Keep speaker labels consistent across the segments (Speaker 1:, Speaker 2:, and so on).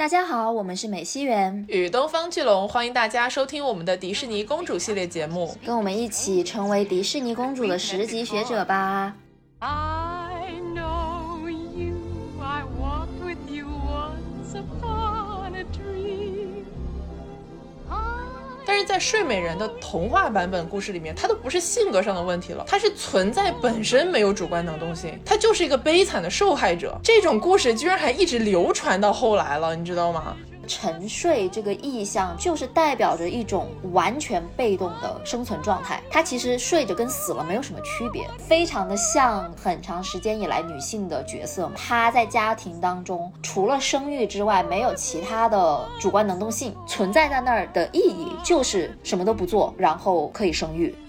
Speaker 1: 大家好，我们是美西园
Speaker 2: 与东方巨龙，欢迎大家收听我们的迪士尼公主系列节目，
Speaker 1: 跟我们一起成为迪士尼公主的10级学者吧。
Speaker 3: I know you, I walked with you once upon a dream.
Speaker 2: 但是在睡美人的童话版本故事里面，它都不是性格上的问题了，它是存在本身没有主观能动性，它就是一个悲惨的受害者。这种故事居然还一直流传到后来了，你知道吗？
Speaker 1: 沉睡这个意象就是代表着一种完全被动的生存状态，它其实睡着跟死了没有什么区别，非常的像很长时间以来女性的角色，她在家庭当中除了生育之外没有其他的主观能动性，存在在那儿的意义就是什么都不做，然后可以生育。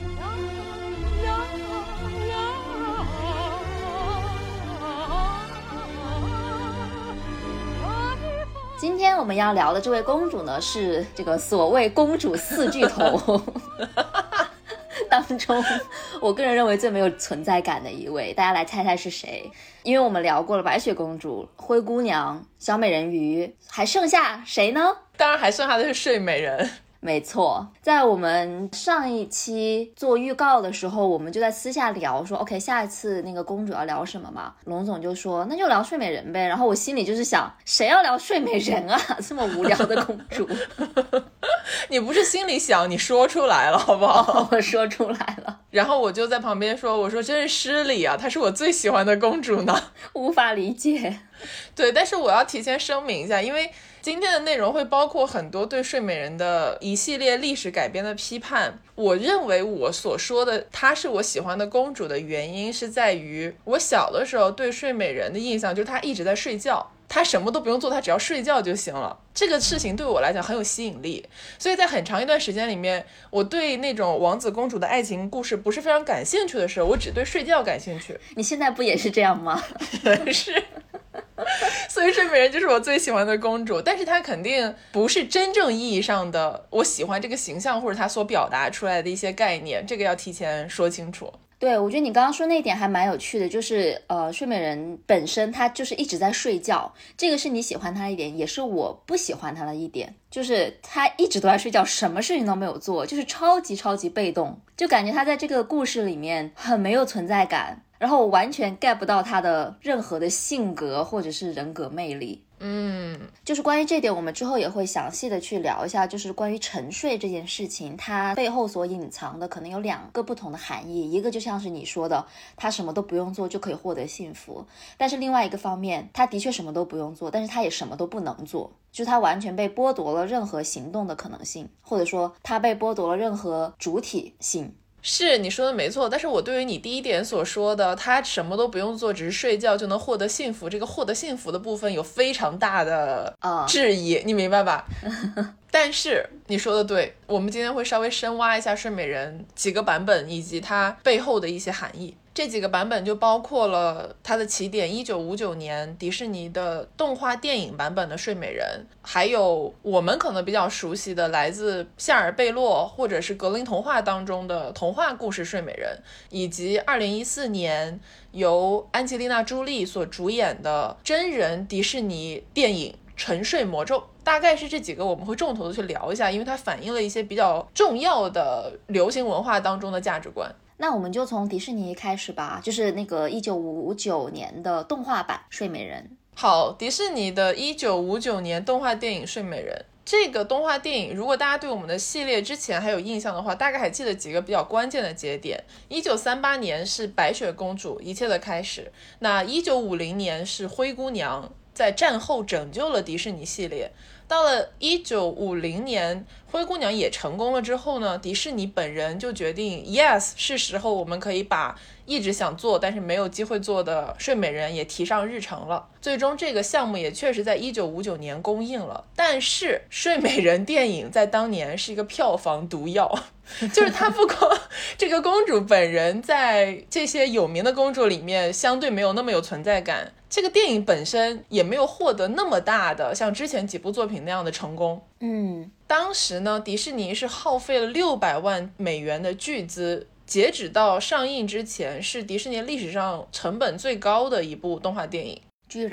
Speaker 1: 今天我们要聊的这位公主呢，是这个所谓公主4巨头当中我个人认为最没有存在感的一位，大家来猜猜是谁？因为我们聊过了白雪公主、灰姑娘、小美人鱼，还剩下谁呢？
Speaker 2: 当然还剩下的是睡美人。
Speaker 1: 没错，在我们上一期做预告的时候，我们就在私下聊说 OK 下一次那个公主要聊什么嘛，龙总就说那就聊睡美人呗，然后我心里就是想谁要聊睡美人啊，这么无聊的公主
Speaker 2: 你不是心里想，你说出来了好不好？
Speaker 1: 我说出来了，
Speaker 2: 然后我就在旁边说，我说真是失礼啊，她是我最喜欢的公主呢。
Speaker 1: 无法理解。
Speaker 2: 对，但是我要提前声明一下，因为今天的内容会包括很多对睡美人的一系列历史改编的批判。我认为我所说的她是我喜欢的公主的原因是在于我小的时候对睡美人的印象就是她一直在睡觉，她什么都不用做，她只要睡觉就行了，这个事情对我来讲很有吸引力。所以在很长一段时间里面，我对那种王子公主的爱情故事不是非常感兴趣的时候，我只对睡觉感兴趣。
Speaker 1: 你现在不也是这样吗？
Speaker 2: 是。所以睡美人就是我最喜欢的公主，但是她肯定不是真正意义上的我喜欢这个形象或者她所表达出来的一些概念，这个要提前说清楚。
Speaker 1: 对，我觉得你刚刚说那一点还蛮有趣的，就是睡美人本身她就是一直在睡觉，这个是你喜欢她的一点，也是我不喜欢她的一点，就是她一直都在睡觉，什么事情都没有做，就是超级被动，就感觉她在这个故事里面很没有存在感，然后我完全 get 不到她的任何的性格或者是人格魅力。就是关于这点我们之后也会详细的去聊一下，就是关于沉睡这件事情它背后所隐藏的可能有2个不同的含义，一个就像是你说的他什么都不用做就可以获得幸福，但是另外一个方面他的确什么都不用做，但是他也什么都不能做，就是他完全被剥夺了任何行动的可能性，或者说他被剥夺了任何主体性。
Speaker 2: 是你说的没错，但是我对于你第一点所说的他什么都不用做只是睡觉就能获得幸福，这个获得幸福的部分有非常大的质疑，你明白吧？但是你说的对，我们今天会稍微深挖一下睡美人几个版本以及它背后的一些含义。这几个版本就包括了它的起点1959年迪士尼的动画电影版本的睡美人，还有我们可能比较熟悉的来自夏尔贝洛或者是格林童话当中的童话故事睡美人，以及2014年由安吉丽娜·朱莉所主演的真人迪士尼电影沉睡魔咒。大概是这几个我们会重头的去聊一下，因为它反映了一些比较重要的流行文化当中的价值观。
Speaker 1: 那我们就从迪士尼开始吧，就是那个1959年的动画版睡美人。
Speaker 2: 好，迪士尼的1959年动画电影睡美人，这个动画电影如果大家对我们的系列之前还有印象的话，大概还记得几个比较关键的节点。1938年是白雪公主一切的开始，那1950年是灰姑娘在战后拯救了迪士尼系列，到了1950年灰姑娘也成功了之后呢，迪士尼本人就决定 yes 是时候我们可以把一直想做但是没有机会做的睡美人也提上日程了。最终这个项目也确实在1959年公映了，但是睡美人电影在当年是一个票房毒药，就是它不光这个公主本人在这些有名的公主里面相对没有那么有存在感，这个电影本身也没有获得那么大的像之前几部作品那样的成功。当时呢，迪士尼是耗费了600万美元的巨资，截止到上映之前是迪士尼历史上成本最高的一部动画电影。
Speaker 1: 居然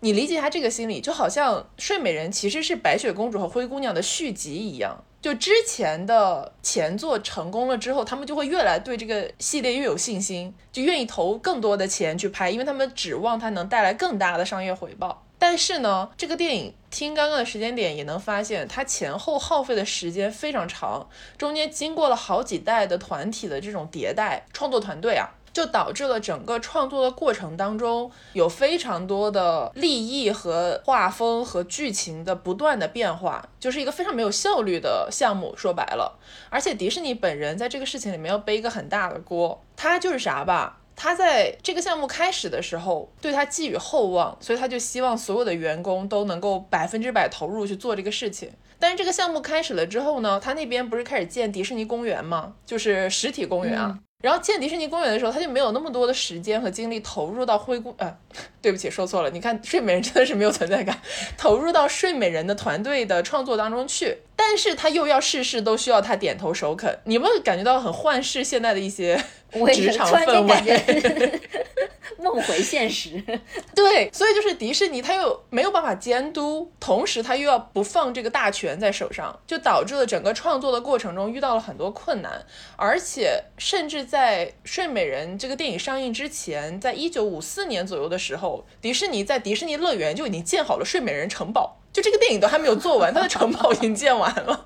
Speaker 2: 你理解他这个心理，就好像睡美人其实是白雪公主和灰姑娘的续集一样，就之前的前作成功了之后，他们就会越来对这个系列越有信心，就愿意投更多的钱去拍，因为他们指望它能带来更大的商业回报。但是呢，这个电影听刚刚的时间点也能发现，它前后耗费的时间非常长，中间经过了好几代的团体的这种迭代，创作团队啊，就导致了整个创作的过程当中有非常多的立意和画风和剧情的不断的变化，就是一个非常没有效率的项目，说白了。而且迪士尼本人在这个事情里面要背一个很大的锅，他就是啥吧，他在这个项目开始的时候对他寄予厚望，所以他就希望所有的员工都能够100%投入去做这个事情。但是这个项目开始了之后呢，他那边不是开始建迪士尼公园吗？就是实体公园啊。然后建迪士尼公园的时候，他就没有那么多的时间和精力投入到对不起，说错了。你看睡美人真的是没有存在感，投入到睡美人的团队的创作当中去，但是他又要事事都需要他点头首肯。你有没有感觉到很幻视现在的一些职场氛围？
Speaker 1: 梦回现实。
Speaker 2: 对，所以就是迪士尼他又没有办法监督，同时他又要不放这个大权在手上，就导致了整个创作的过程中遇到了很多困难。而且甚至在睡美人这个电影上映之前，在1954年左右的时候，迪士尼在迪士尼乐园就已经建好了睡美人城堡，就这个电影都还没有做完，它的城堡已经建完了。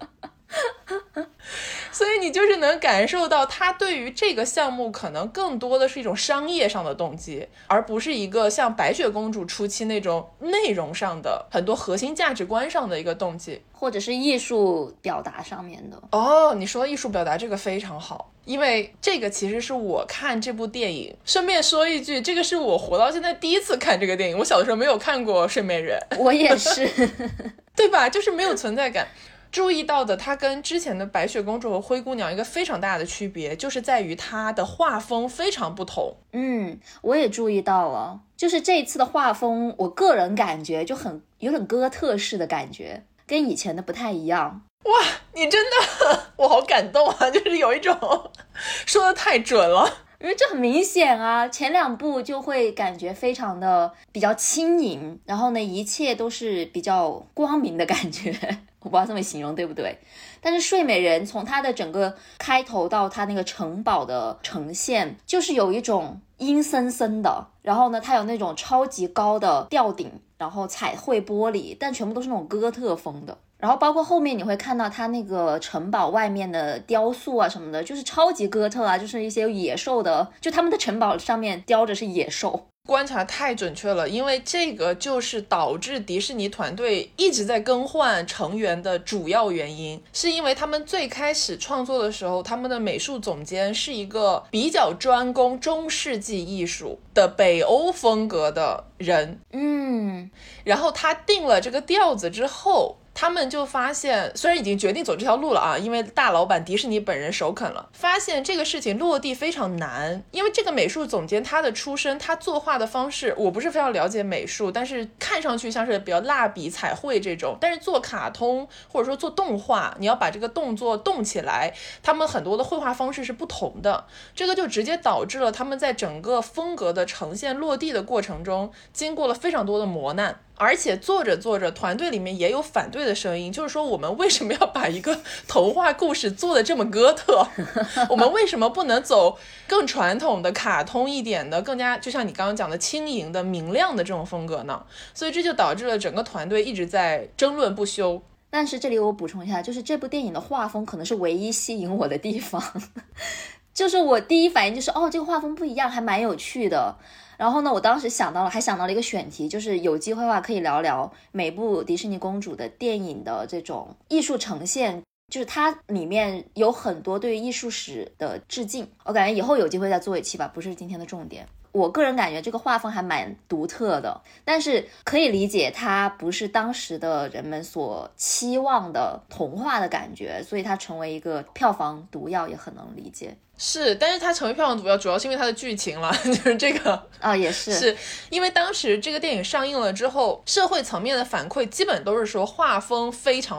Speaker 2: 所以你就是能感受到他对于这个项目可能更多的是一种商业上的动机，而不是一个像白雪公主初期那种内容上的很多核心价值观上的一个动机，
Speaker 1: 或者是艺术表达上面的。
Speaker 2: 哦，你说艺术表达这个非常好，因为这个其实是我看这部电影，顺便说一句，这个是我活到现在第一次看这个电影，我小的时候没有看过睡美人。
Speaker 1: 我也是。
Speaker 2: 对吧，就是没有存在感。注意到的，它跟之前的白雪公主和灰姑娘一个非常大的区别，就是在于它的画风非常不同。
Speaker 1: 我也注意到了，就是这一次的画风，我个人感觉就有点哥特式的感觉，跟以前的不太一样。
Speaker 2: 哇，你真的，我好感动啊！就是有一种说的太准了。
Speaker 1: 因为这很明显啊，前两部就会感觉非常的比较轻盈，然后呢，一切都是比较光明的感觉，我不知道这么形容对不对。但是睡美人从它的整个开头到它那个城堡的呈现，就是有一种阴森森的，然后呢，它有那种超级高的吊顶，然后彩绘玻璃，但全部都是那种哥特风的。然后包括后面你会看到它那个城堡外面的雕塑啊什么的，就是超级哥特啊，就是一些野兽的，就他们的城堡上面雕着是野兽。
Speaker 2: 观察太准确了，因为这个就是导致迪士尼团队一直在更换成员的主要原因，是因为他们最开始创作的时候，他们的美术总监是一个比较专攻中世纪艺术的北欧风格的人，然后他定了这个调子之后，他们就发现，虽然已经决定走这条路了啊，因为大老板迪士尼本人首肯了，发现这个事情落地非常难。因为这个美术总监他的出身，他作画的方式，我不是非常了解美术，但是看上去像是比较蜡笔彩绘这种，但是做卡通或者说做动画，你要把这个动作动起来，他们很多的绘画方式是不同的，这个就直接导致了他们在整个风格的呈现落地的过程中，经过了非常多的磨难。而且做着做着，团队里面也有反对的声音，就是说我们为什么要把一个童话故事做得这么哥特？我们为什么不能走更传统的卡通一点的，更加就像你刚刚讲的轻盈的明亮的这种风格呢？所以这就导致了整个团队一直在争论不休。
Speaker 1: 但是这里我补充一下，就是这部电影的画风可能是唯一吸引我的地方。就是我第一反应就是这个画风不一样，还蛮有趣的。然后呢，我当时还想到了一个选题，就是有机会的话可以聊聊每部迪士尼公主的电影的这种艺术呈现，就是它里面有很多对于艺术史的致敬，我感觉以后有机会再做一期吧，不是今天的重点。我个人感觉这个画风还蛮独特的，但是可以理解它不是当时的人们所期望的童话的感觉，所以它成为一个票房毒药也很能理解。
Speaker 2: 是，但是它成为票房毒药主要是因为它的剧情了，就是这个
Speaker 1: 也是
Speaker 2: 因为当时这个电影上映了之后，社会层面的反馈基本都是说画风非常好，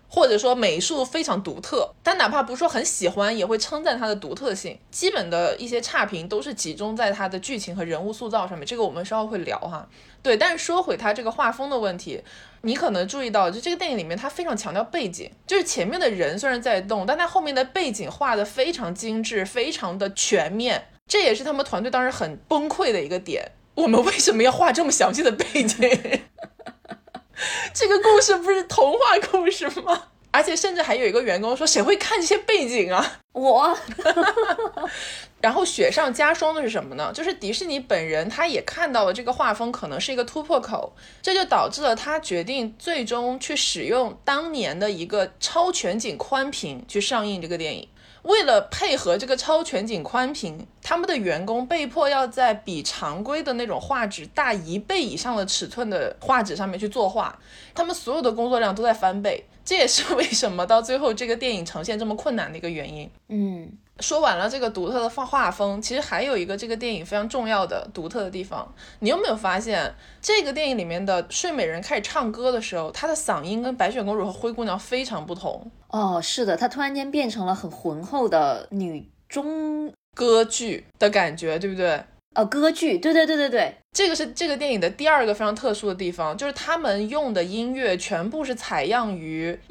Speaker 2: 或者说美术非常独特，但哪怕不是说很喜欢，也会称赞它的独特性。基本的一些差评都是集中在它的剧情和人物塑造上面，这个我们稍后会聊哈。对，但是说回它这个画风的问题，你可能注意到，就这个电影里面它非常强调背景，就是前面的人虽然在动，但它后面的背景画得非常精致，非常的全面，这也是他们团队当时很崩溃的一个点。我们为什么要画这么详细的背景？这个故事不是童话故事吗？而且甚至还有一个员工说，谁会看这些背景啊？
Speaker 1: 我
Speaker 2: 然后雪上加霜的是什么呢？就是迪士尼本人他也看到了这个画风可能是一个突破口，这就导致了他决定最终去使用当年的一个超全景宽屏去上映这个电影。为了配合这个超全景宽屏，他们的员工被迫要在比常规的那种画质大1倍以上的尺寸的画质上面去作画，他们所有的工作量都在翻倍，这也是为什么到最后这个电影呈现这么困难的一个原因。说完了这个独特的画风，其实还有一个这个电影非常重要的独特的地方，你有没有发现这个电影里面的睡美人开始唱歌的时候，她的嗓音跟白雪公主和灰姑娘非常不同。
Speaker 1: 哦，是的，她突然间变成了很浑厚的女中
Speaker 2: 歌剧的感觉，对不对？
Speaker 1: 歌剧，对对对对对，
Speaker 2: 这个是这个电影的第二个非常特殊的地方，就是他们用的音乐全部是采样于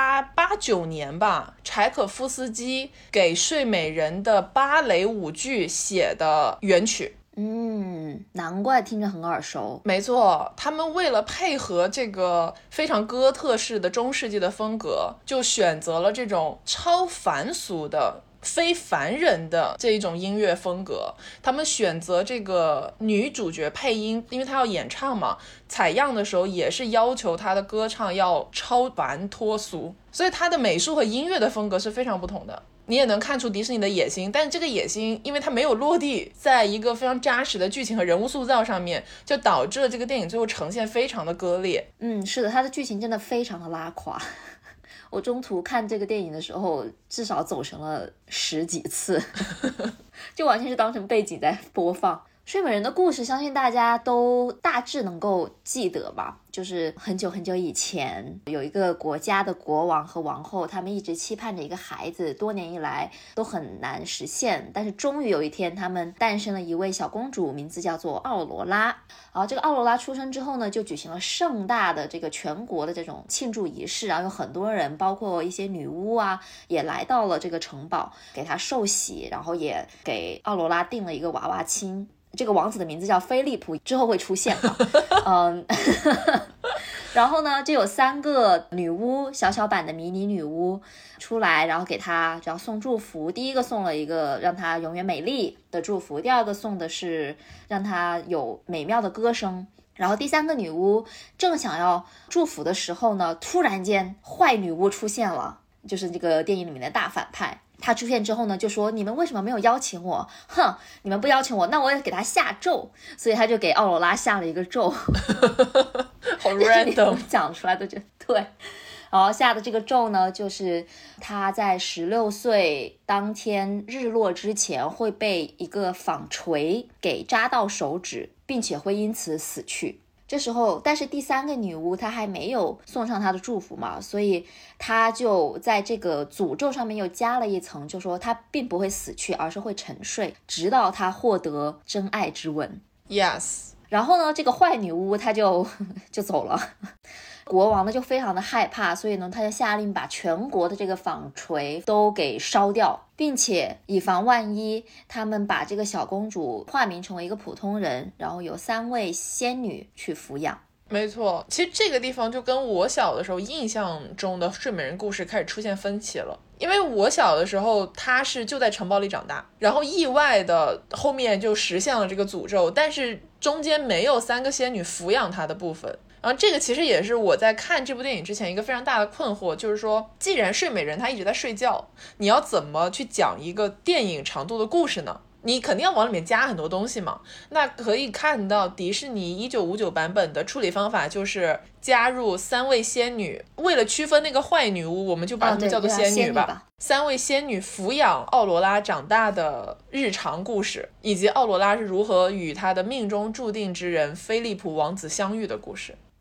Speaker 2: 1889年吧，柴可夫斯基给睡美人的芭蕾舞剧写的原曲。
Speaker 1: 难怪听着很耳熟。
Speaker 2: 没错，他们为了配合这个非常哥特式的中世纪的风格，就选择了这种超凡俗的非凡人的这一种音乐风格。他们选择这个女主角配音，因为她要演唱嘛，采样的时候也是要求她的歌唱要超凡脱俗，所以她的美术和音乐的风格是非常不同的。你也能看出迪士尼的野心，但是这个野心因为它没有落地在一个非常扎实的剧情和人物塑造上面，就导致了这个电影最后呈现非常的割裂。
Speaker 1: 是的，它的剧情真的非常的拉垮。我中途看这个电影的时候至少走神了10几次就完全是当成背景在播放。睡美人的故事相信大家都大致能够记得吧，就是很久很久以前，有一个国家的国王和王后，他们一直期盼着一个孩子，多年以来都很难实现，但是终于有一天他们诞生了一位小公主，名字叫做奥罗拉。然后这个奥罗拉出生之后呢，就举行了盛大的这个全国的这种庆祝仪式，然后有很多人包括一些女巫啊也来到了这个城堡给她受洗，然后也给奥罗拉定了一个娃娃亲，这个王子的名字叫菲利普，之后会出现然后呢就有3个女巫，小小版的迷你女巫出来，然后给她要送祝福。第一个送了一个让她永远美丽的祝福，第二个送的是让她有美妙的歌声，然后第3个女巫正想要祝福的时候呢，突然间坏女巫出现了，就是这个电影里面的大反派。他出现之后呢，就说你们为什么没有邀请我？哼，你们不邀请我，那我也给他下咒。所以他就给奥罗拉下了一个咒。
Speaker 2: 好 random
Speaker 1: 讲出来都觉得对。然后下的这个咒呢，就是他在16岁当天日落之前会被一个纺锤给扎到手指，并且会因此死去。这时候但是第3个女巫她还没有送上她的祝福嘛，所以她就在这个诅咒上面又加了一层，就说她并不会死去，而是会沉睡，直到她获得真爱之吻。
Speaker 2: Yes。
Speaker 1: 然后呢这个坏女巫她就走了。国王呢就非常的害怕，所以呢他就下令把全国的这个纺锤都给烧掉，并且以防万一，他们把这个小公主化名成为一个普通人，然后由3位仙女去抚养。
Speaker 2: 没错，其实这个地方就跟我小的时候印象中的睡美人故事开始出现分歧了。因为我小的时候她是就在城堡里长大，然后意外的后面就实现了这个诅咒，但是中间没有3个仙女抚养她的部分。然后这个其实也是我在看这部电影之前一个非常大的困惑，就是说既然睡美人她一直在睡觉，你要怎么去讲一个电影长度的故事呢？你肯定要往里面加很多东西嘛。那可以看到迪士尼1959版本的处理方法就是加入3位仙女，为了区分那个坏女巫，我们就把她们叫做仙女吧。3位仙女抚养奥罗拉长大的日常故事，以及奥罗拉是如何与她的命中注定之人菲利普王子相遇的故事。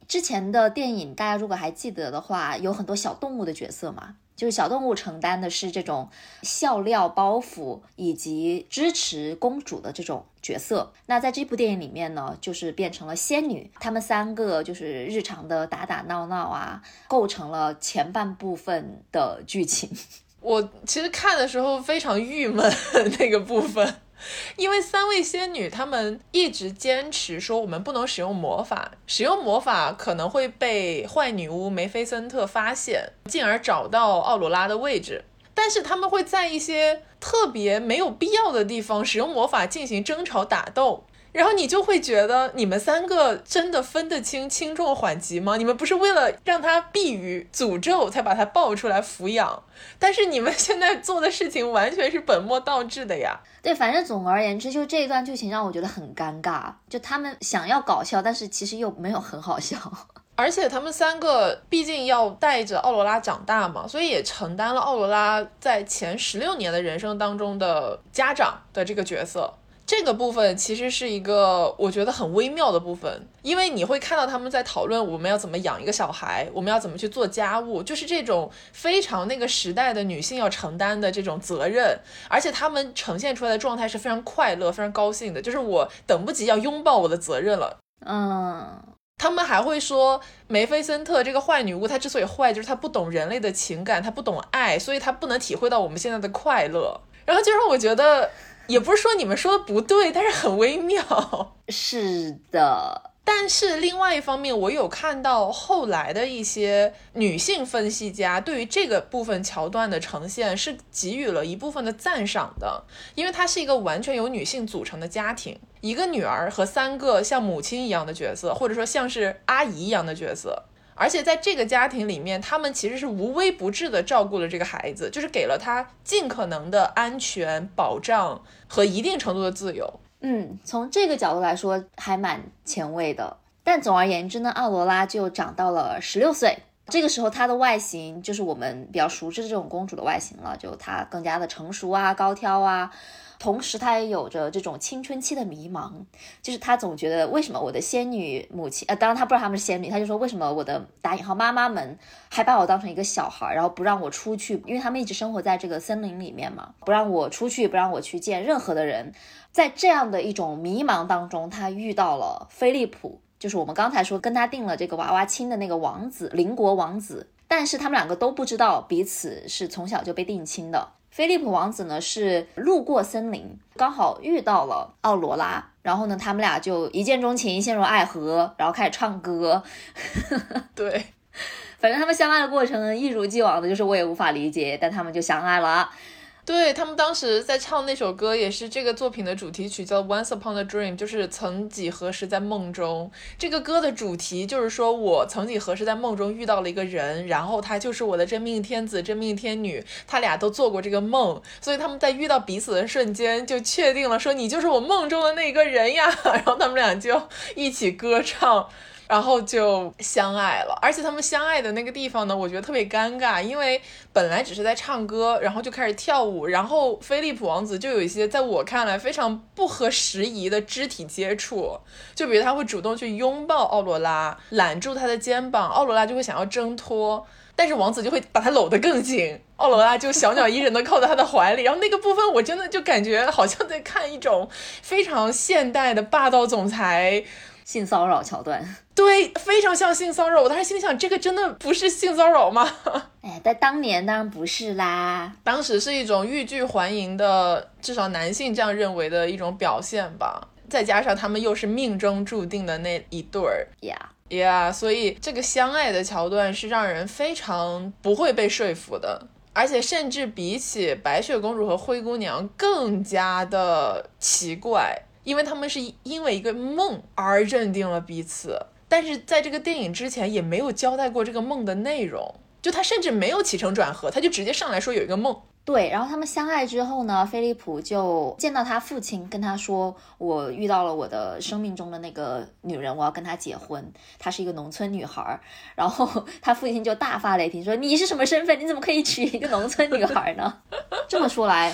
Speaker 1: 之前的电影大家如果还记得的话，有很多小动物的角色嘛，就是小动物承担的是这种笑料包袱以及支持公主的这种角色。那在这部电影里面呢，就是变成了仙女，她们3个就是日常的打打闹闹啊，构成了前半部分的剧情。
Speaker 2: 我其实看的时候非常郁闷那个部分，因为3位仙女她们一直坚持说我们不能使用魔法，使用魔法可能会被坏女巫梅菲森特发现，进而找到奥罗拉的位置。但是他们会在一些特别没有必要的地方使用魔法进行争吵打斗，然后你就会觉得你们3个真的分得清轻重缓急吗？你们不是为了让他避于诅咒才把他抱出来抚养，但是你们现在做的事情完全是本末倒置的呀。
Speaker 1: 对，反正总而言之，就这一段剧情让我觉得很尴尬，就他们想要搞笑，但是其实又没有很好笑。
Speaker 2: 而且他们3个毕竟要带着奥罗拉长大嘛，所以也承担了奥罗拉在前16年的人生当中的家长的这个角色。这个部分其实是一个我觉得很微妙的部分，因为你会看到他们在讨论我们要怎么养一个小孩，我们要怎么去做家务，就是这种非常那个时代的女性要承担的这种责任。而且他们呈现出来的状态是非常快乐非常高兴的，就是我等不及要拥抱我的责任了。他们还会说梅菲森特这个坏女巫她之所以坏，就是她不懂人类的情感，她不懂爱，所以她不能体会到我们现在的快乐。然后就让我觉得也不是说你们说的不对，但是很微妙。
Speaker 1: 是的，
Speaker 2: 但是另外一方面，我有看到后来的一些女性分析家对于这个部分桥段的呈现是给予了一部分的赞赏的，因为它是一个完全由女性组成的家庭，一个女儿和3个像母亲一样的角色，或者说像是阿姨一样的角色。而且在这个家庭里面，他们其实是无微不至的照顾了这个孩子，就是给了他尽可能的安全保障和一定程度的自由。
Speaker 1: 从这个角度来说还蛮前卫的。但总而言之呢，奥罗拉就长到了16岁，这个时候她的外形就是我们比较熟知的这种公主的外形了，就她更加的成熟啊，高挑啊，同时她也有着这种青春期的迷茫，就是她总觉得为什么我的仙女母亲当然她不知道她们是仙女，她就说为什么我的打引号妈妈们还把我当成一个小孩，然后不让我出去，因为他们一直生活在这个森林里面嘛，不让我出去，不让我去见任何的人。在这样的一种迷茫当中，她遇到了菲利普，就是我们刚才说跟他定了这个娃娃亲的那个王子，邻国王子，但是他们2个都不知道彼此是从小就被定亲的。菲利普王子呢是路过森林，刚好遇到了奥罗拉，然后呢他们俩就一见钟情，陷入爱河，然后开始唱歌。
Speaker 2: 对，
Speaker 1: 反正他们相爱的过程一如既往的，就是我也无法理解，但他们就相爱了。
Speaker 2: 对，他们当时在唱那首歌也是这个作品的主题曲，叫 Once Upon a Dream， 就是曾几何时在梦中。这个歌的主题就是说我曾几何时在梦中遇到了一个人，然后他就是我的真命天子真命天女，他俩都做过这个梦，所以他们在遇到彼此的瞬间就确定了说你就是我梦中的那个人呀，然后他们俩就一起歌唱，然后就相爱了。而且他们相爱的那个地方呢，我觉得特别尴尬，因为本来只是在唱歌，然后就开始跳舞，然后菲利普王子就有一些在我看来非常不合时宜的肢体接触，就比如他会主动去拥抱奥罗拉，揽住她的肩膀，奥罗拉就会想要挣脱，但是王子就会把他搂得更紧，奥罗拉就小鸟依人的靠在他的怀里，然后那个部分我真的就感觉好像在看一种非常现代的霸道总裁
Speaker 1: 性骚扰桥段。
Speaker 2: 对，非常像性骚扰。我当时心里想，这个真的不是性骚扰吗？
Speaker 1: 在当年当然不是啦，
Speaker 2: 当时是一种欲拒还迎的，至少男性这样认为的一种表现吧。再加上他们又是命中注定的那一对儿，Yeah， 所以这个相爱的桥段是让人非常不会被说服的，而且甚至比起白雪公主和灰姑娘更加的奇怪，因为他们是因为一个梦而认定了彼此，但是在这个电影之前也没有交代过这个梦的内容，就他甚至没有起承转合，他就直接上来说有一个梦。
Speaker 1: 对，然后他们相爱之后呢，菲利普就见到他父亲，跟他说我遇到了我的生命中的那个女人，我要跟她结婚，她是一个农村女孩。然后他父亲就大发雷霆说，你是什么身份，你怎么可以娶一个农村女孩呢？这么说来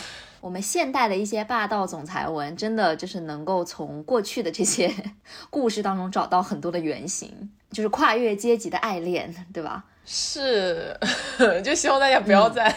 Speaker 1: 我们现代的一些霸道总裁文，真的就是能够从过去的这些故事当中找到很多的原型，就是跨越阶级的爱恋，对吧？
Speaker 2: 是，就希望大家不要再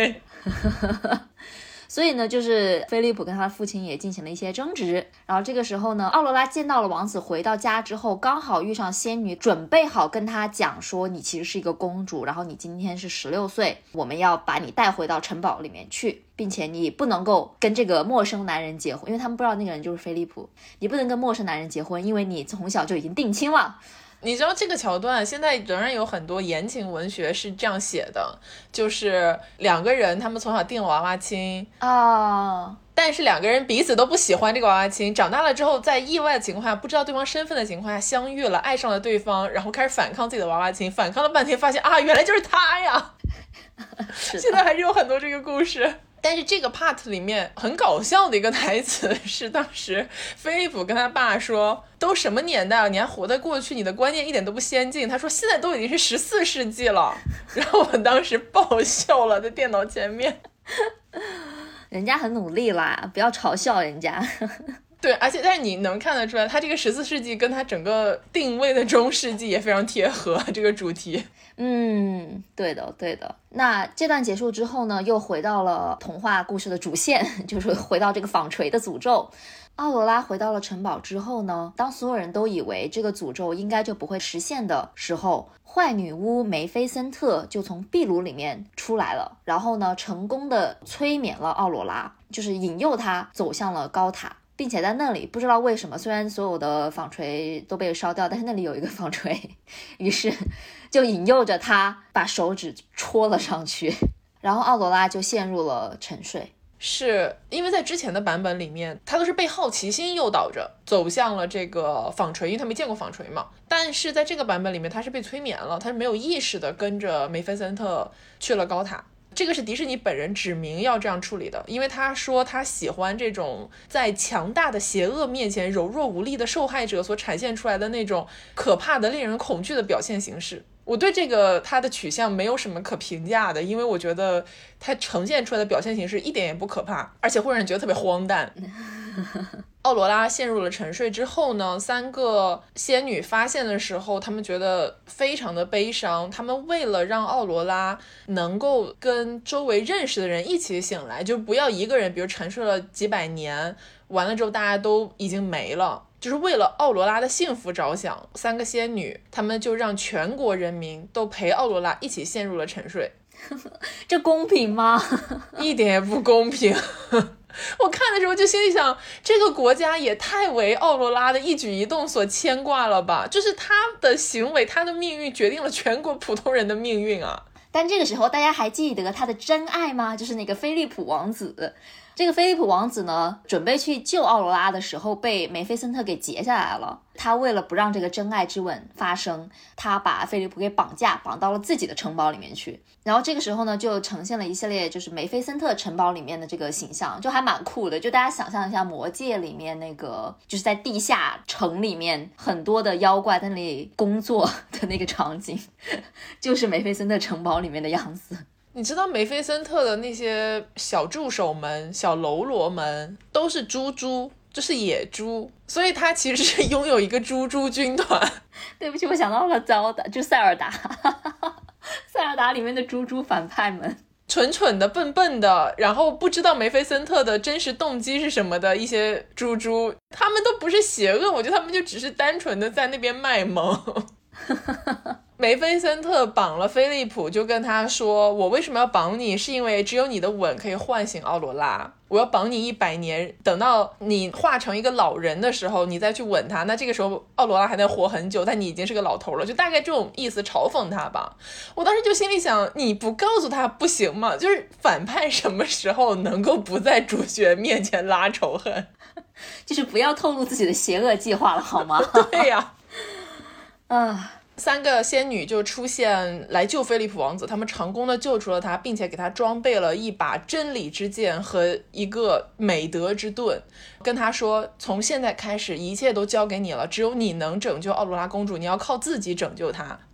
Speaker 1: 所以呢，就是菲利普跟他的父亲也进行了一些争执。然后这个时候呢，奥罗拉见到了王子，回到家之后，刚好遇上仙女，准备好跟他讲说，你其实是一个公主，然后你今天是16岁，我们要把你带回到城堡里面去，并且你不能够跟这个陌生男人结婚，因为他们不知道那个人就是菲利普，你不能跟陌生男人结婚，因为你从小就已经定亲了。
Speaker 2: 你知道这个桥段现在仍然有很多言情文学是这样写的，就是两个人他们从小定了娃娃亲
Speaker 1: 啊，
Speaker 2: 但是两个人彼此都不喜欢这个娃娃亲，长大了之后在意外的情况下，不知道对方身份的情况下相遇了，爱上了对方，然后开始反抗自己的娃娃亲，反抗了半天发现啊，原来就是他呀现在还是有很多这个故事。但是这个 part 里面很搞笑的一个台词是，当时菲利普跟他爸说，都什么年代了，你还活在过去，你的观念一点都不先进。他说现在都已经是14世纪了，然后我们当时爆笑了，在电脑前面。
Speaker 1: 人家很努力啦，不要嘲笑人家。
Speaker 2: 对，而且但是你能看得出来，他这个14世纪跟他整个定位的中世纪也非常贴合这个主题。
Speaker 1: 对的对的。那这段结束之后呢，又回到了童话故事的主线，就是回到这个纺锤的诅咒。奥罗拉回到了城堡之后呢，当所有人都以为这个诅咒应该就不会实现的时候，坏女巫梅菲森特就从壁炉里面出来了，然后呢成功的催眠了奥罗拉，就是引诱她走向了高塔，并且在那里不知道为什么，虽然所有的纺锤都被烧掉，但是那里有一个纺锤，于是就引诱着他把手指戳了上去，然后奥罗拉就陷入了沉睡。
Speaker 2: 是因为在之前的版本里面，他都是被好奇心诱导着走向了这个纺锤，因为他没见过纺锤嘛。但是在这个版本里面，他是被催眠了，他是没有意识的跟着梅菲森特去了高塔。这个是迪士尼本人指明要这样处理的，因为他说他喜欢这种在强大的邪恶面前柔弱无力的受害者所展现出来的那种可怕的令人恐惧的表现形式。我对这个他的取向没有什么可评价的，因为我觉得他呈现出来的表现形式一点也不可怕，而且会让人觉得特别荒诞。奥罗拉陷入了沉睡之后呢，3个仙女发现的时候，他们觉得非常的悲伤，他们为了让奥罗拉能够跟周围认识的人一起醒来，就不要一个人比如沉睡了几百年，完了之后大家都已经没了，就是为了奥罗拉的幸福着想，3个仙女他们就让全国人民都陪奥罗拉一起陷入了沉睡。
Speaker 1: 这公平吗？
Speaker 2: 一点也不公平。我看的时候就心里想，这个国家也太为奥罗拉的一举一动所牵挂了吧，就是他的行为，他的命运决定了全国普通人的命运啊。
Speaker 1: 但这个时候大家还记得他的真爱吗？就是那个菲利普王子。这个菲利普王子呢，准备去救奥罗拉的时候被梅菲森特给截下来了。他为了不让这个真爱之吻发生，他把菲利普给绑到了自己的城堡里面去。然后这个时候呢，就呈现了一系列就是梅菲森特城堡里面的这个形象，就还蛮酷的。就大家想象一下魔戒里面那个就是在地下城里面很多的妖怪在那里工作的那个场景，就是梅菲森特城堡里面的样子。
Speaker 2: 你知道梅菲森特的那些小助手们、小喽啰们都是猪，就是野猪，所以他其实是拥有一个猪军团。
Speaker 1: 对不起，我想到了就塞尔达塞尔达里面的猪反派们，
Speaker 2: 蠢的笨的，然后不知道梅菲森特的真实动机是什么的一些猪，他们都不是邪恶，我觉得他们就只是单纯的在那边卖萌。梅菲森特绑了菲利普，就跟他说，我为什么要绑你，是因为只有你的吻可以唤醒奥罗拉，我要绑你100年，等到你化成一个老人的时候你再去吻他，那这个时候奥罗拉还能活很久，但你已经是个老头了，就大概这种意思，嘲讽他吧。我当时就心里想，你不告诉他不行吗？就是反派什么时候能够不在主角面前拉仇恨？
Speaker 1: 就是不要透露自己的邪恶计划了好吗？
Speaker 2: 对呀。3个仙女就出现来救菲利普王子，他们成功的救出了他，并且给他装备了一把真理之剑和一个美德之盾，跟他说，从现在开始一切都交给你了，只有你能拯救奥罗拉公主，你要靠自己拯救她。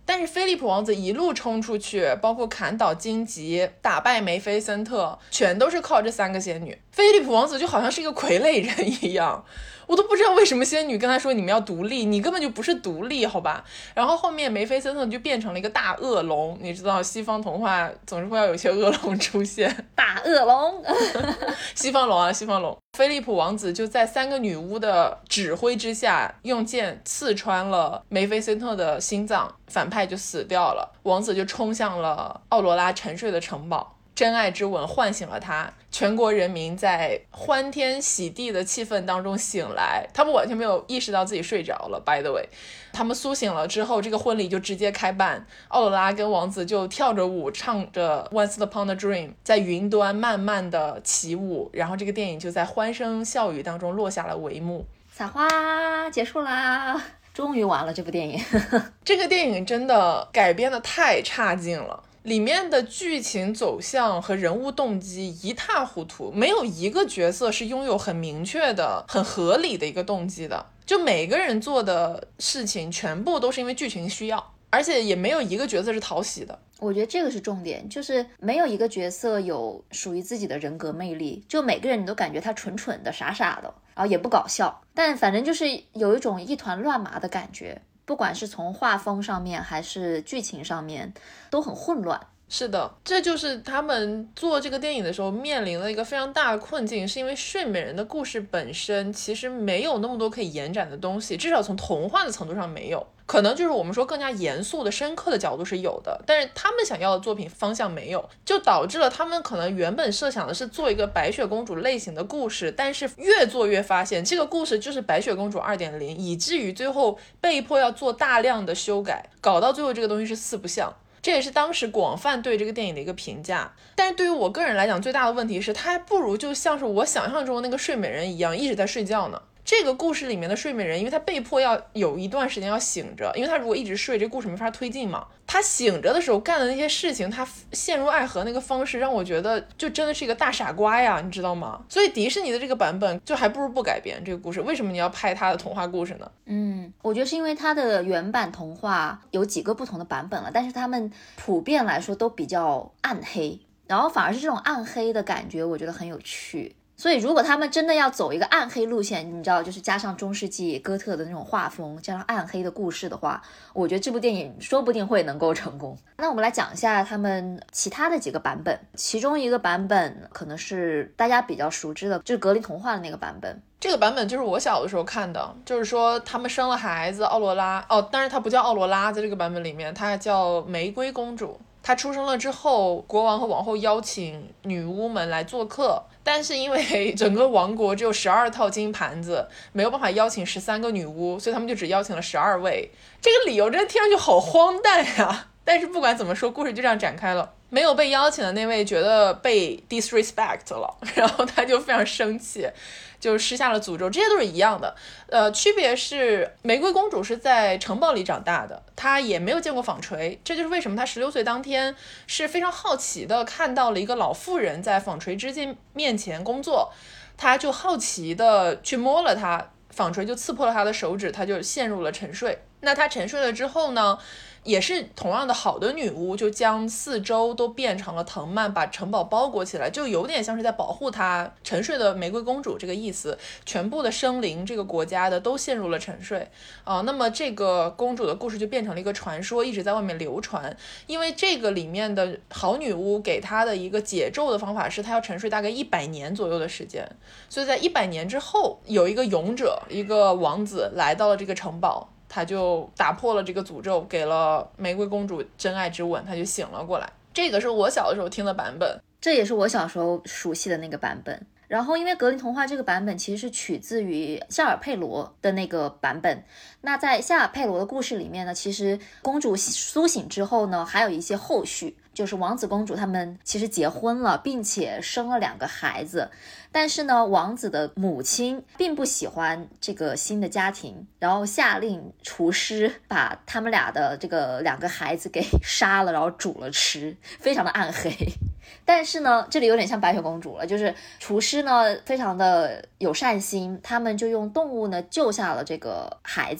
Speaker 2: 但是菲利普王子一路冲出去，包括砍倒荆棘，打败梅菲森特，全都是靠这3个仙女。菲利普王子就好像是一个傀儡人一样，我都不知道为什么仙女跟他说你们要独立，你根本就不是独立，好吧。然后后面梅菲森特就变成了一个大恶龙，你知道西方童话总是会要有一些恶龙出现，
Speaker 1: 大恶龙
Speaker 2: 西方龙啊，西方龙。菲利普王子就在3个女巫的指挥之下，用剑刺穿了梅菲森特的心脏，反派就死掉了。王子就冲向了奥罗拉沉睡的城堡，真爱之吻唤醒了他，全国人民在欢天喜地的气氛当中醒来，他们完全没有意识到自己睡着了。 by the way， 他们苏醒了之后，这个婚礼就直接开办，奥罗拉跟王子就跳着舞，唱着 Once Upon a Dream， 在云端慢慢的起舞，然后这个电影就在欢声笑语当中落下了帷幕。
Speaker 1: 撒花结束啦，终于完了这部电影
Speaker 2: 这个电影真的改编的太差劲了，里面的剧情走向和人物动机一塌糊涂，没有一个角色是拥有很明确的很合理的一个动机的，就每个人做的事情全部都是因为剧情需要，而且也没有一个角色是讨喜的。
Speaker 1: 我觉得这个是重点，就是没有一个角色有属于自己的人格魅力，就每个人你都感觉他蠢蠢的傻傻的，然后也不搞笑，但反正就是有一种一团乱麻的感觉，不管是从画风上面还是剧情上面都很混乱。
Speaker 2: 是的，这就是他们做这个电影的时候面临了一个非常大的困境，是因为睡美人的故事本身其实没有那么多可以延展的东西，至少从童话的程度上没有，可能就是我们说更加严肃的深刻的角度是有的，但是他们想要的作品方向没有，就导致了他们可能原本设想的是做一个白雪公主类型的故事，但是越做越发现这个故事就是白雪公主 2.0， 以至于最后被迫要做大量的修改，搞到最后这个东西是四不像。这也是当时广泛对这个电影的一个评价，但是对于我个人来讲，最大的问题是它还不如就像是我想象中的那个睡美人一样一直在睡觉呢。这个故事里面的睡美人，因为她被迫要有一段时间要醒着，因为她如果一直睡，这故事没法推进嘛。她醒着的时候干的那些事情，她陷入爱河那个方式，让我觉得就真的是一个大傻瓜呀，你知道吗？所以迪士尼的这个版本就还不如不改编这个故事，为什么你要拍她的童话故事呢？
Speaker 1: 我觉得是因为它的原版童话有几个不同的版本了，但是他们普遍来说都比较暗黑，然后反而是这种暗黑的感觉我觉得很有趣。所以如果他们真的要走一个暗黑路线，你知道，就是加上中世纪哥特的那种画风，加上暗黑的故事的话，我觉得这部电影说不定会能够成功。那我们来讲一下他们其他的几个版本，其中一个版本可能是大家比较熟知的，就是格林童话的那个版本。
Speaker 2: 这个版本就是我小的时候看的，就是说他们生了孩子奥罗拉，当然她不叫奥罗拉，在这个版本里面她叫玫瑰公主。她出生了之后，国王和王后邀请女巫们来做客，但是因为整个王国只有12套金盘子，没有办法邀请13个女巫，所以他们就只邀请了12位。这个理由真的听上去好荒诞呀！但是不管怎么说，故事就这样展开了。没有被邀请的那位觉得被 disrespect 了，然后他就非常生气，就施下了诅咒，这些都是一样的。区别是玫瑰公主是在城堡里长大的，她也没有见过纺锤，这就是为什么她16岁当天是非常好奇的看到了一个老妇人在纺锤之间面前工作，她就好奇的去摸了她，纺锤就刺破了她的手指，她就陷入了沉睡。那她沉睡了之后呢，也是同样的好的女巫就将四周都变成了藤蔓，把城堡包裹起来，就有点像是在保护她沉睡的玫瑰公主这个意思。全部的生灵这个国家的都陷入了沉睡那么这个公主的故事就变成了一个传说，一直在外面流传。因为这个里面的好女巫给她的一个解咒的方法是她要沉睡大概100年左右的时间，所以在100年之后有一个勇者，一个王子来到了这个城堡，他就打破了这个诅咒，给了玫瑰公主真爱之吻，他就醒了过来。这个是我小的时候听的版本，
Speaker 1: 这也是我小时候熟悉的那个版本。然后因为格林童话这个版本其实是取自于夏尔佩罗的那个版本，那在夏尔佩罗的故事里面呢，其实公主苏醒之后呢，还有一些后续，就是王子公主他们其实结婚了，并且生了2个孩子，但是呢，王子的母亲并不喜欢这个新的家庭，然后下令厨师把他们俩的这个2个孩子给杀了，然后煮了吃，非常的暗黑。但是呢，这里有点像白雪公主了，就是厨师呢非常的有善心，他们就用动物呢救下了这个孩子。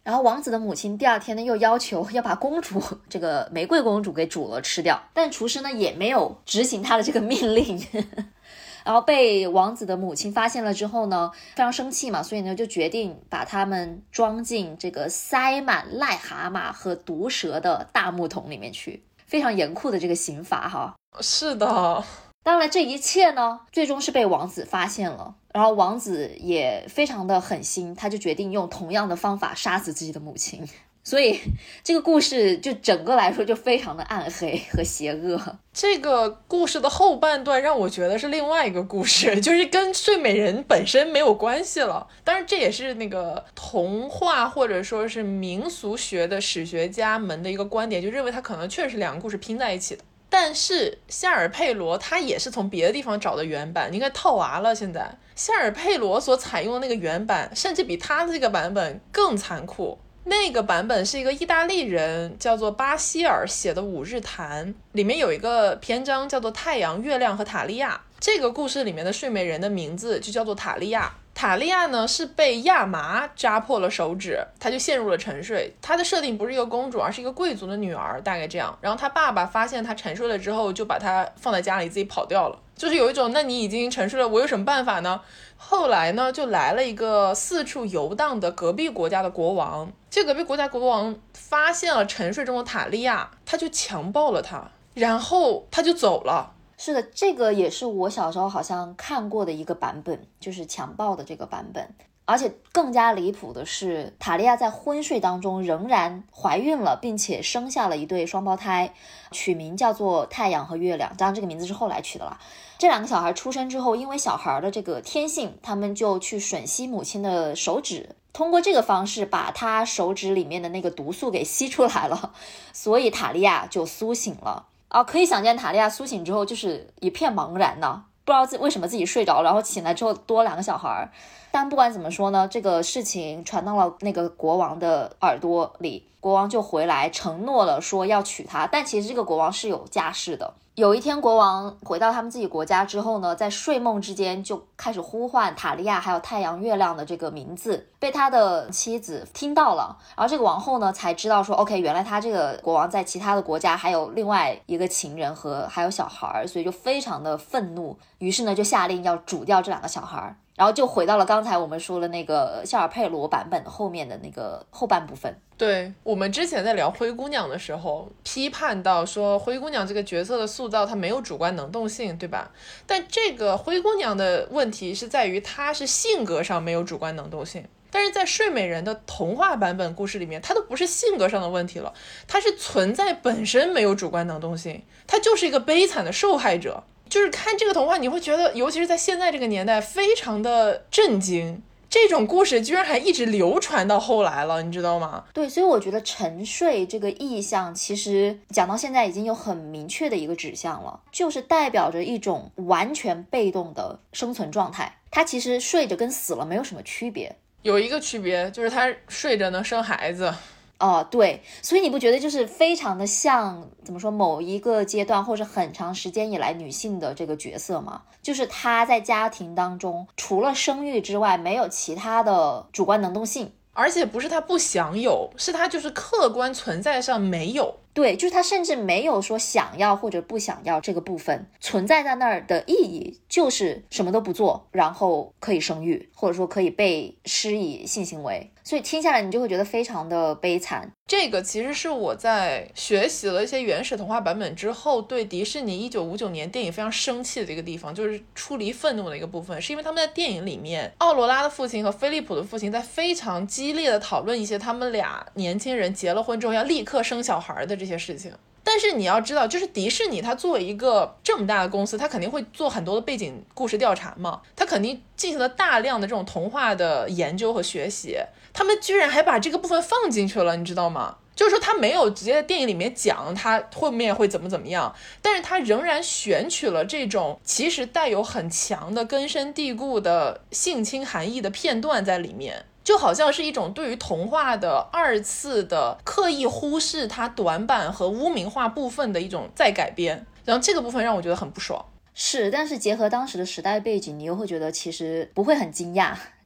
Speaker 1: 然后王子的母亲第二天呢又要求要把公主这个玫瑰公主给煮了吃掉，但厨师呢也没有执行他的这个命令然后被王子的母亲发现了之后呢，非常生气嘛，所以呢就决定把他们装进这个塞满癞蛤蟆和毒蛇的大木桶里面去，非常严酷的这个刑罚哈。
Speaker 2: 是的，
Speaker 1: 当然这一切呢最终是被王子发现了，然后王子也非常的狠心，他就决定用同样的方法杀死自己的母亲。所以这个故事就整个来说就非常的暗黑和邪恶。
Speaker 2: 这个故事的后半段让我觉得是另外一个故事，就是跟睡美人本身没有关系了。当然这也是那个童话或者说是民俗学的史学家们的一个观点，就认为它可能确实是两个故事拼在一起的。但是夏尔佩罗他也是从别的地方找的原版，你看套娃了。现在夏尔佩罗所采用的那个原版甚至比他的这个版本更残酷。那个版本是一个意大利人叫做巴希尔写的《五日谈》，里面有一个篇章叫做太阳、月亮和塔利亚。这个故事里面的睡美人的名字就叫做塔利亚。塔利亚呢是被亚麻扎破了手指，她就陷入了沉睡。她的设定不是一个公主，而是一个贵族的女儿，大概这样。然后她爸爸发现她沉睡了之后，就把她放在家里自己跑掉了，就是有一种那你已经沉睡了，我有什么办法呢？后来呢就来了一个四处游荡的隔壁国家的国王，这隔壁国家国王发现了沉睡中的塔利亚，他就强暴了她，然后他就走了。
Speaker 1: 是的，这个也是我小时候好像看过的一个版本，就是强暴的这个版本。而且更加离谱的是，塔利亚在昏睡当中仍然怀孕了，并且生下了一对双胞胎，取名叫做太阳和月亮，当然这个名字是后来取的了。这两个小孩出生之后，因为小孩的这个天性，他们就去吮吸母亲的手指，通过这个方式把他手指里面的那个毒素给吸出来了，所以塔利亚就苏醒了。可以想见塔利亚苏醒之后就是一片茫然呢，不知道为什么自己睡着，然后醒来之后多两个小孩。但不管怎么说呢，这个事情传到了那个国王的耳朵里，国王就回来承诺了说要娶她，但其实这个国王是有家室的。有一天国王回到他们自己国家之后呢，在睡梦之间就开始呼唤塔利亚还有太阳月亮的这个名字，被他的妻子听到了，然后这个王后呢才知道说 OK 原来他这个国王在其他的国家还有另外一个情人和还有小孩，所以就非常的愤怒，于是呢就下令要煮掉这两个小孩，然后就回到了刚才我们说的那个夏尔佩罗版本的后面的那个后半部分。
Speaker 2: 对，我们之前在聊灰姑娘的时候批判到说灰姑娘这个角色的塑造她没有主观能动性，对吧？但这个灰姑娘的问题是在于她是性格上没有主观能动性，但是在睡美人的童话版本故事里面，她都不是性格上的问题了，她是存在本身没有主观能动性，她就是一个悲惨的受害者。就是看这个童话你会觉得尤其是在现在这个年代非常的震惊，这种故事居然还一直流传到后来了，你知道吗？
Speaker 1: 对，所以我觉得沉睡这个意象其实讲到现在已经有很明确的一个指向了，就是代表着一种完全被动的生存状态，它其实睡着跟死了没有什么区别。
Speaker 2: 有一个区别就是他睡着能生孩子。
Speaker 1: 对，所以你不觉得就是非常的像怎么说某一个阶段或者很长时间以来女性的这个角色吗？就是她在家庭当中除了生育之外没有其他的主观能动性，
Speaker 2: 而且不是她不享有，是她就是客观存在上没有。
Speaker 1: 对，就是她甚至没有说想要或者不想要这个部分，存在在那儿的意义就是什么都不做，然后可以生育，或者说可以被施以性行为，所以听下来你就会觉得非常的悲惨。
Speaker 2: 这个其实是我在学习了一些原始童话版本之后对迪士尼1959年电影非常生气的一个地方，就是出离愤怒的一个部分，是因为他们在电影里面奥罗拉的父亲和菲利普的父亲在非常激烈的讨论一些他们俩年轻人结了婚之后要立刻生小孩的这些事情。但是你要知道，就是迪士尼它作为一个这么大的公司，它肯定会做很多的背景故事调查嘛，它肯定进行了大量的这种童话的研究和学习，他们居然还把这个部分放进去了，你知道吗？就是说他没有直接在电影里面讲他后面会怎么样，但是他仍然选取了这种其实带有很强的根深蒂固的性侵含义的片段在里面，就好像是一种对于童话的二次的刻意忽视它短板和污名化部分的一种再改编，然后这个部分让我觉得很不爽。
Speaker 1: 是，但是结合当时的时代背景，你又会觉得其实不会很惊讶，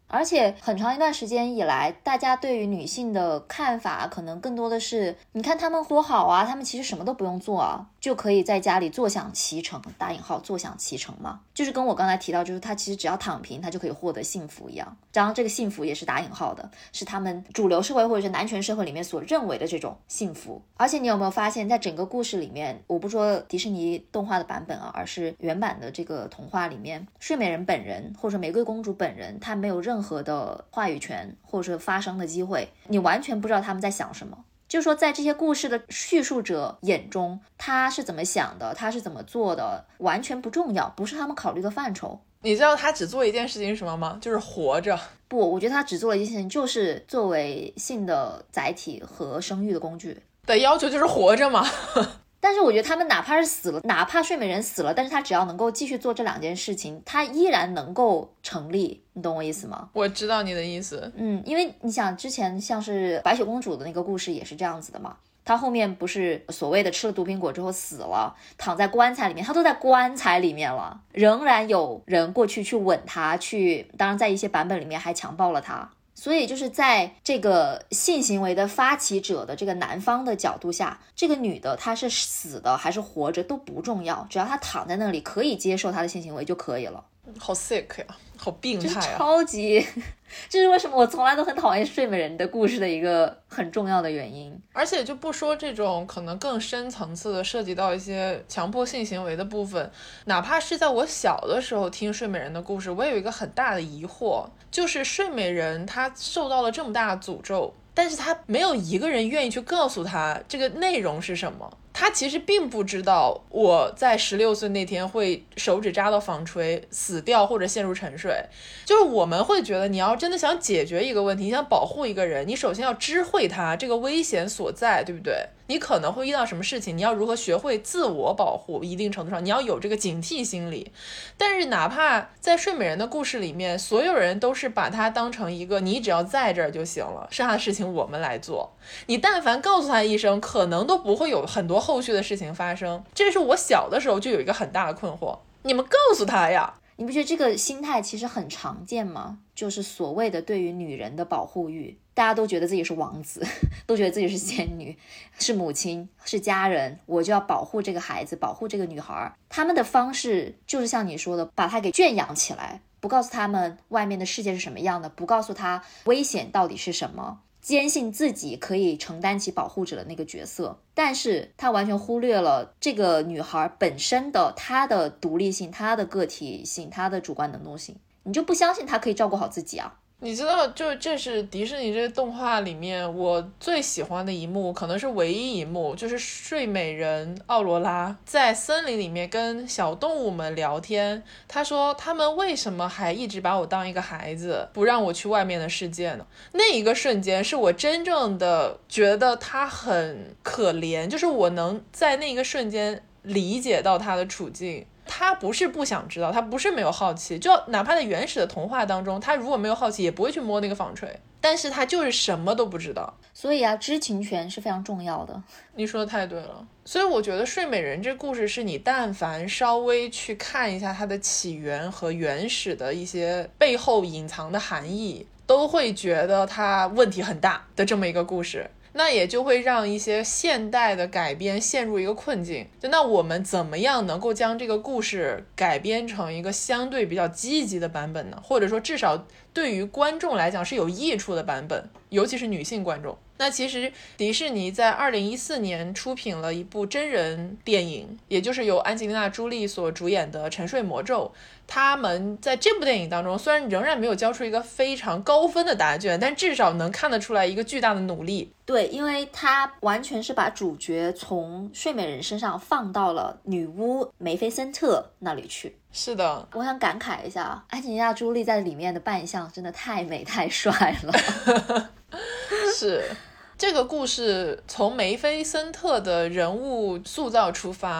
Speaker 1: 而且很长一段时间以来，大家对于女性的看法可能更多的是，你看她们多好啊，她们其实什么都不用做啊，就可以在家里坐享其成，打引号坐享其成嘛，就是跟我刚才提到，就是她其实只要躺平，她就可以获得幸福一样。当然这个幸福也是打引号的，是他们主流社会或者是男权社会里面所认为的这种幸福。而且你有没有发现，在整个故事里面，我不说迪士尼动画的版本啊，而是原版的这个童话里面，睡美人本人或者玫瑰公主本人，她没有任何的话语权或者是发声的机会，你完全不知道他们在想什么。就是说在这些故事的叙述者眼中，他是怎么想的，他是怎么做的，完全不重要，不是他们考虑的范畴。
Speaker 2: 你知道他只做一件事情是什么吗？就是活着。
Speaker 1: 不，我觉得他只做了一件事情，就是作为性的载体和生育的工具
Speaker 2: 的要求就是活着嘛。
Speaker 1: 但是我觉得他们哪怕是死了，哪怕睡美人死了，但是他只要能够继续做这两件事情，他依然能够成立，你懂我意思吗？
Speaker 2: 我知道你的意思。
Speaker 1: 因为你想之前像是白雪公主的那个故事也是这样子的嘛，她后面不是所谓的吃了毒苹果之后死了，躺在棺材里面，她都在棺材里面了，仍然有人过去吻她，当然在一些版本里面还强暴了她。所以就是在这个性行为的发起者的这个男方的角度下，这个女的她是死的还是活着都不重要，只要她躺在那里可以接受她的性行为就可以了。
Speaker 2: 好 sick 呀，好病态啊，
Speaker 1: 就是超级这是为什么我从来都很讨厌睡美人的故事的一个很重要的原因。
Speaker 2: 而且就不说这种可能更深层次的涉及到一些强迫性行为的部分，哪怕是在我小的时候听睡美人的故事，我也有一个很大的疑惑，就是睡美人她受到了这么大的诅咒，但是她没有一个人愿意去告诉她这个内容是什么。他其实并不知道我在16岁那天会手指扎到纺锤死掉或者陷入沉睡。就是我们会觉得你要真的想解决一个问题，你想保护一个人，你首先要知会他这个危险所在，对不对？你可能会遇到什么事情，你要如何学会自我保护，一定程度上你要有这个警惕心理。但是哪怕在睡美人的故事里面，所有人都是把它当成一个你只要在这儿就行了，剩下的事情我们来做。你但凡告诉他一声，可能都不会有很多后续的事情发生。这是我小的时候就有一个很大的困惑，你们告诉他呀。
Speaker 1: 你不觉得这个心态其实很常见吗？就是所谓的对于女人的保护欲，大家都觉得自己是王子，都觉得自己是仙女，是母亲，是家人，我就要保护这个孩子，保护这个女孩。他们的方式就是像你说的，把她给圈养起来，不告诉他们外面的世界是什么样的，不告诉他危险到底是什么，坚信自己可以承担起保护者的那个角色。但是他完全忽略了这个女孩本身的她的独立性，她的个体性，她的主观能动性，你就不相信她可以照顾好自己啊。
Speaker 2: 你知道，就这是迪士尼这个动画里面我最喜欢的一幕，可能是唯一一幕，就是睡美人奥罗拉在森林里面跟小动物们聊天。他说他们为什么还一直把我当一个孩子，不让我去外面的世界呢？那一个瞬间是我真正的觉得他很可怜，就是我能在那一个瞬间理解到他的处境。他不是不想知道，他不是没有好奇，就哪怕在原始的童话当中，他如果没有好奇也不会去摸那个纺锤，但是他就是什么都不知道。
Speaker 1: 所以啊，知情权是非常重要的。
Speaker 2: 你说的太对了。所以我觉得睡美人这故事是你但凡稍微去看一下它的起源和原始的一些背后隐藏的含义，都会觉得它问题很大的这么一个故事。那也就会让一些现代的改编陷入一个困境，就那我们怎么样能够将这个故事改编成一个相对比较积极的版本呢？或者说至少对于观众来讲是有益处的版本，尤其是女性观众。那其实迪士尼在2014年出品了一部真人电影，也就是由安吉丽娜·朱莉所主演的《沉睡魔咒》。他们在这部电影当中虽然仍然没有交出一个非常高分的答卷，但至少能看得出来一个巨大的努力。
Speaker 1: 对，因为他完全是把主角从睡美人身上放到了女巫梅菲森特那里去。
Speaker 2: 是的，
Speaker 1: 我想感慨一下，安吉丽娜·朱莉在里面的扮相真的太美太帅了。
Speaker 2: 是这个故事从梅菲森特的人物塑造出发，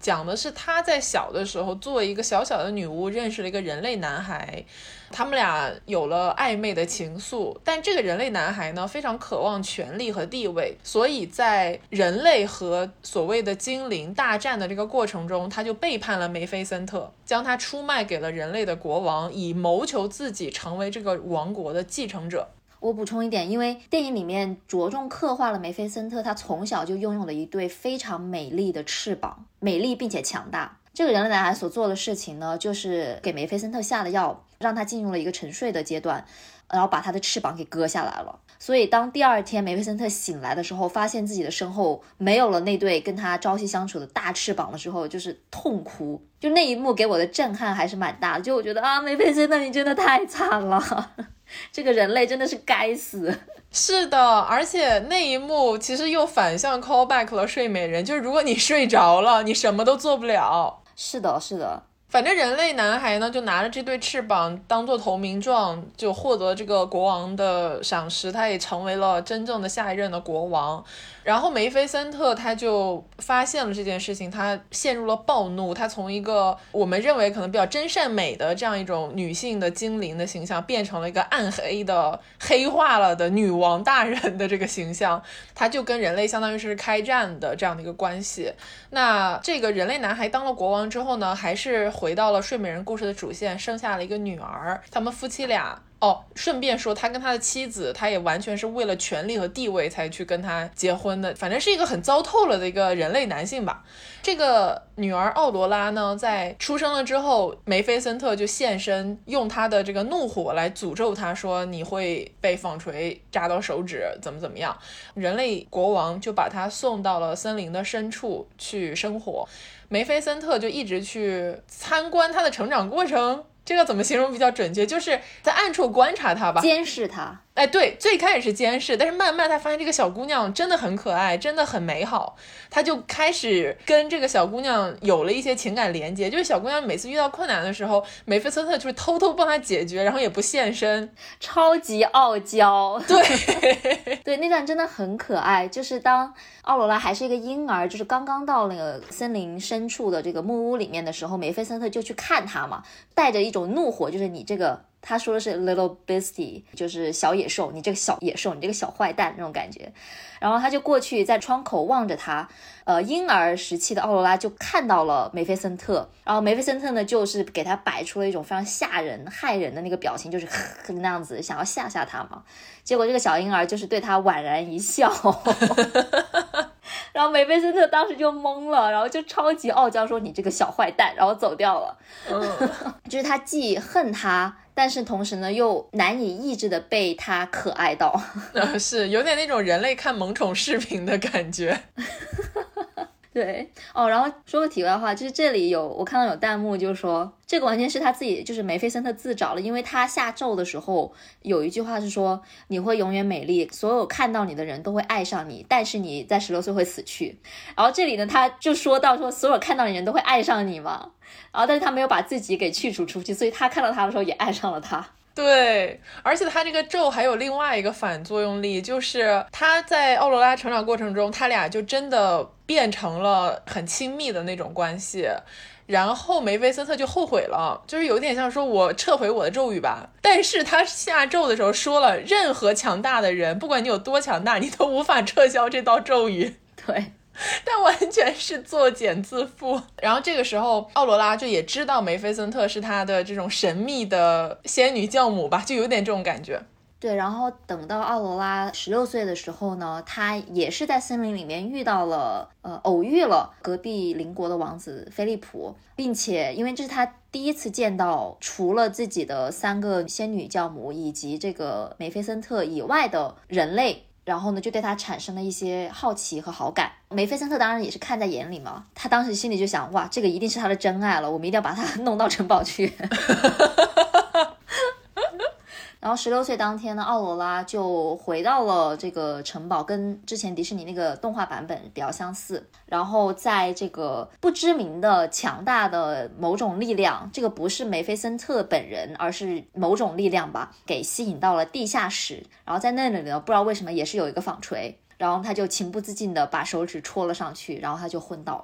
Speaker 2: 讲的是她在小的时候作为一个小小的女巫认识了一个人类男孩，他们俩有了暧昧的情愫，但这个人类男孩呢非常渴望权力和地位，所以在人类和所谓的精灵大战的这个过程中，他就背叛了梅菲森特，将他出卖给了人类的国王，以谋求自己成为这个王国的继承者。
Speaker 1: 我补充一点，因为电影里面着重刻画了梅菲森特，他从小就拥有了一对非常美丽的翅膀，美丽并且强大。这个人类男孩所做的事情呢，就是给梅菲森特下了药，让他进入了一个沉睡的阶段，然后把他的翅膀给割下来了。所以当第二天梅菲森特醒来的时候，发现自己的身后没有了那对跟他朝夕相处的大翅膀的时候，就是痛哭。就那一幕给我的震撼还是蛮大的，就我觉得啊，梅菲森特你真的太惨了，这个人类真的是该死。
Speaker 2: 是的，而且那一幕其实又反向 callback 了睡美人，就是如果你睡着了，你什么都做不了。
Speaker 1: 是的，是的。
Speaker 2: 反正人类男孩呢，就拿着这对翅膀当做投名状，就获得这个国王的赏识，他也成为了真正的下一任的国王。然后梅菲森特他就发现了这件事情，他陷入了暴怒，他从一个我们认为可能比较真善美的这样一种女性的精灵的形象，变成了一个暗黑的黑化了的女王大人的这个形象，他就跟人类相当于是开战的这样的一个关系。那这个人类男孩当了国王之后呢，还是回到了睡美人故事的主线，生下了一个女儿，他们夫妻俩顺便说他跟他的妻子，他也完全是为了权力和地位才去跟他结婚的，反正是一个很糟透了的一个人类男性吧。这个女儿奥罗拉呢，在出生了之后，梅菲森特就现身，用他的这个怒火来诅咒他，说你会被纺锤扎到手指，怎么怎么样。人类国王就把他送到了森林的深处去生活，梅菲森特就一直去参观他的成长过程。这个怎么形容比较准确，就是在暗处观察他吧，
Speaker 1: 监视他。
Speaker 2: 哎，对，最开始是监视，但是慢慢他发现这个小姑娘真的很可爱，真的很美好，他就开始跟这个小姑娘有了一些情感连接。就是小姑娘每次遇到困难的时候，梅菲森特就是偷偷帮她解决，然后也不现身，
Speaker 1: 超级傲娇。
Speaker 2: 对
Speaker 1: 对，那段真的很可爱。就是当奥罗拉还是一个婴儿，就是刚刚到那个森林深处的这个木屋里面的时候，梅菲森特就去看他嘛，带着一种怒火，就是你这个，他说的是 little beastie， 就是小野兽，你这个小野兽，你这个小坏蛋那种感觉。然后他就过去在窗口望着他，婴儿时期的奥罗拉就看到了梅菲森特，然后梅菲森特呢就是给他摆出了一种非常吓人害人的那个表情，就是那样子想要吓吓他嘛。结果这个小婴儿就是对他宛然一笑然后梅菲森特当时就懵了，然后就超级傲娇说你这个小坏蛋，然后走掉了。就是他既恨他，但是同时呢又难以抑制的被他可爱到
Speaker 2: 是有点那种人类看萌宠视频的感觉
Speaker 1: 对然后说个题外话，就是这里我看到有弹幕就说这个完全是他自己，就是梅菲森特自找了，因为他下咒的时候有一句话是说你会永远美丽，所有看到你的人都会爱上你，但是你在16岁会死去。然后这里呢他就说到说所有看到你的人都会爱上你嘛，然后但是他没有把自己给去除出去，所以他看到他的时候也爱上了他。
Speaker 2: 对，而且他这个咒还有另外一个反作用力，就是他在奥罗拉成长过程中，他俩就真的变成了很亲密的那种关系。然后梅菲森特就后悔了，就是有点像说我撤回我的咒语吧，但是他下咒的时候说了，任何强大的人，不管你有多强大，你都无法撤销这道咒语。
Speaker 1: 对，
Speaker 2: 但完全是作茧自缚。然后这个时候奥罗拉就也知道梅菲森特是他的这种神秘的仙女教母吧，就有点这种感觉。
Speaker 1: 对，然后等到奥罗拉16岁的时候呢，他也是在森林里面偶遇了隔壁邻国的王子菲利普，并且因为这是他第一次见到除了自己的3个仙女教母以及这个梅菲森特以外的人类，然后呢就对他产生了一些好奇和好感。梅菲森特当然也是看在眼里嘛，他当时心里就想，哇，这个一定是他的真爱了，我们一定要把他弄到城堡去然后16岁当天呢，奥罗拉就回到了这个城堡，跟之前迪士尼那个动画版本比较相似。然后在这个不知名的强大的某种力量，这个不是梅菲森特本人，而是某种力量吧，给吸引到了地下室。然后在那里呢，不知道为什么也是有一个纺锤，然后他就情不自禁的把手指戳了上去，然后他就昏倒了。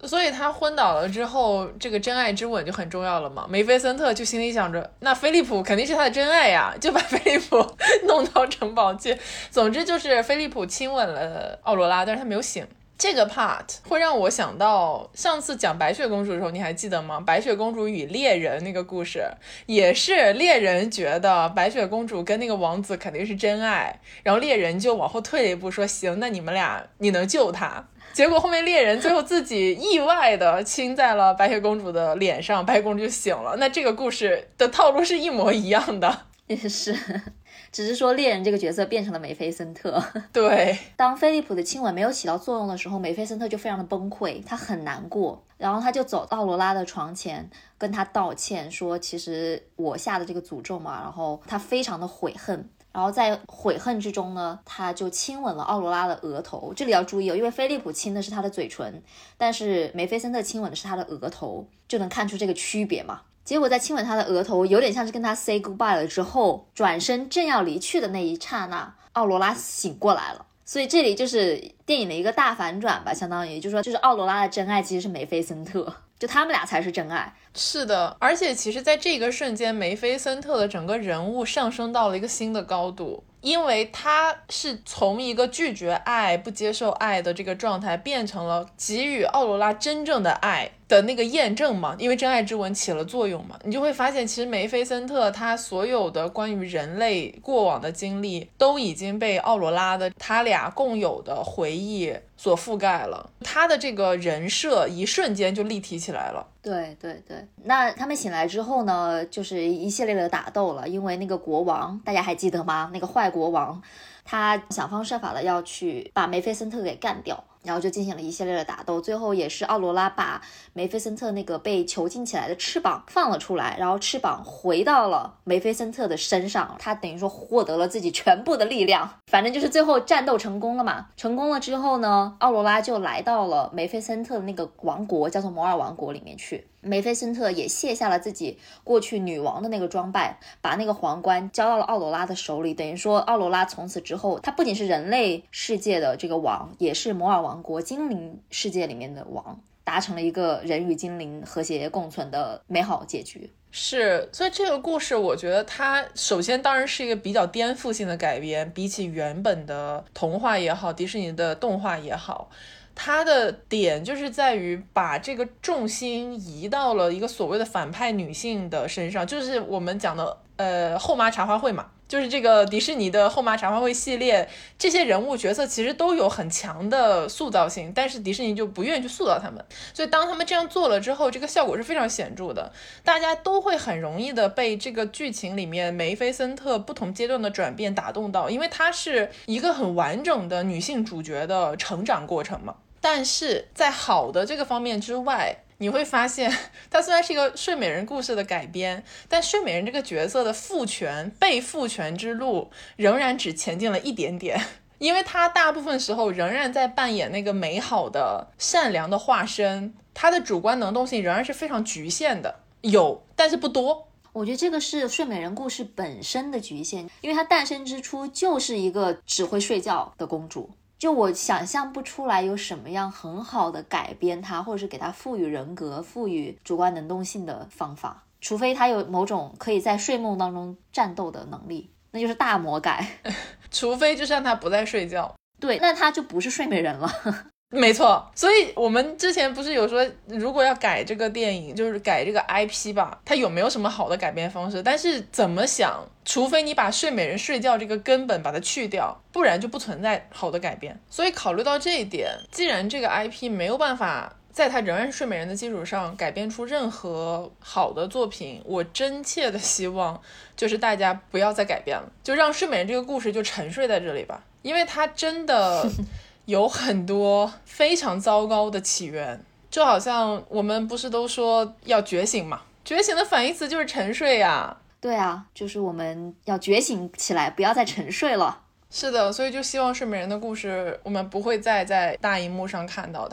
Speaker 2: 所以他昏倒了之后，这个真爱之吻就很重要了嘛。梅菲森特就心里想着，那菲利普肯定是他的真爱呀，就把菲利普弄到城堡去。总之就是菲利普亲吻了奥罗拉，但是他没有醒。这个 part 会让我想到上次讲白雪公主的时候，你还记得吗？白雪公主与猎人那个故事，也是猎人觉得白雪公主跟那个王子肯定是真爱，然后猎人就往后退了一步说，行，那你们俩你能救他。结果后面猎人最后自己意外的亲在了白雪公主的脸上，白雪公主就醒了。那这个故事的套路是一模一样的。
Speaker 1: 也是，只是说猎人这个角色变成了梅菲森特。
Speaker 2: 对，
Speaker 1: 当菲利普的亲吻没有起到作用的时候，梅菲森特就非常的崩溃，他很难过，然后他就走到奥罗拉的床前跟他道歉，说其实我下的这个诅咒嘛，然后他非常的悔恨。然后在悔恨之中呢，他就亲吻了奥罗拉的额头。这里要注意哦，因为菲利普亲的是他的嘴唇，但是梅菲森特亲吻的是他的额头，就能看出这个区别嘛。结果在亲吻他的额头，有点像是跟他 say goodbye 了之后，转身正要离去的那一刹那，奥罗拉醒过来了。所以这里就是电影的一个大反转吧，相当于就是说，就是奥罗拉的真爱其实是梅菲森特，就他们俩才是真爱。
Speaker 2: 是的，而且其实在这个瞬间，梅菲森特的整个人物上升到了一个新的高度，因为他是从一个拒绝爱、不接受爱的这个状态，变成了给予奥罗拉真正的爱的那个验证嘛，因为真爱之吻起了作用嘛，你就会发现其实梅菲森特他所有的关于人类过往的经历都已经被奥罗拉的他俩共有的回忆所覆盖了，他的这个人设一瞬间就立体起来了。
Speaker 1: 对对对，那他们醒来之后呢，就是一系列的打斗了，因为那个国王大家还记得吗？那个坏国王他想方设法的要去把梅菲森特给干掉，然后就进行了一系列的打斗，最后也是奥罗拉把梅菲森特那个被囚禁起来的翅膀放了出来，然后翅膀回到了梅菲森特的身上，他等于说获得了自己全部的力量。反正就是最后战斗成功了嘛，成功了之后呢，奥罗拉就来到了梅菲森特的那个王国，叫做摩尔王国里面去。梅菲森特也卸下了自己过去女王的那个装扮，把那个皇冠交到了奥罗拉的手里，等于说奥罗拉从此之后，她不仅是人类世界的这个王，也是摩尔王国精灵世界里面的王，达成了一个人与精灵和谐共存的美好结局。
Speaker 2: 是，所以这个故事我觉得它首先当然是一个比较颠覆性的改编，比起原本的童话也好，迪士尼的动画也好，它的点就是在于把这个重心移到了一个所谓的反派女性的身上，就是我们讲的后妈茶话会嘛，就是这个迪士尼的后妈茶话会系列，这些人物角色其实都有很强的塑造性，但是迪士尼就不愿意去塑造他们，所以当他们这样做了之后，这个效果是非常显著的，大家都会很容易的被这个剧情里面梅菲森特不同阶段的转变打动到，因为它是一个很完整的女性主角的成长过程嘛。但是在好的这个方面之外，你会发现它虽然是一个睡美人故事的改编，但睡美人这个角色的父权被父权之路仍然只前进了一点点，因为她大部分时候仍然在扮演那个美好的善良的化身，她的主观能动性仍然是非常局限的，有但是不多。
Speaker 1: 我觉得这个是睡美人故事本身的局限，因为她诞生之初就是一个只会睡觉的公主，就我想象不出来有什么样很好的改编它，或者是给它赋予人格、赋予主观能动性的方法，除非它有某种可以在睡梦当中战斗的能力，那就是大魔改。
Speaker 2: 除非就是让他不再睡觉，
Speaker 1: 对，那他就不是睡美人了。
Speaker 2: 没错，所以我们之前不是有说，如果要改这个电影，就是改这个 IP 吧，它有没有什么好的改编方式？但是怎么想，除非你把睡美人睡觉这个根本把它去掉，不然就不存在好的改编。所以考虑到这一点，既然这个 IP 没有办法在它仍然是睡美人的基础上改编出任何好的作品，我真切的希望就是大家不要再改编了，就让睡美人这个故事就沉睡在这里吧，因为它真的有很多非常糟糕的起源，就好像我们不是都说要觉醒嘛，觉醒的反义词就是沉睡呀。
Speaker 1: 对啊，就是我们要觉醒起来，不要再沉睡了。
Speaker 2: 是的，所以就希望睡美人的故事我们不会再在大荧幕上看到它。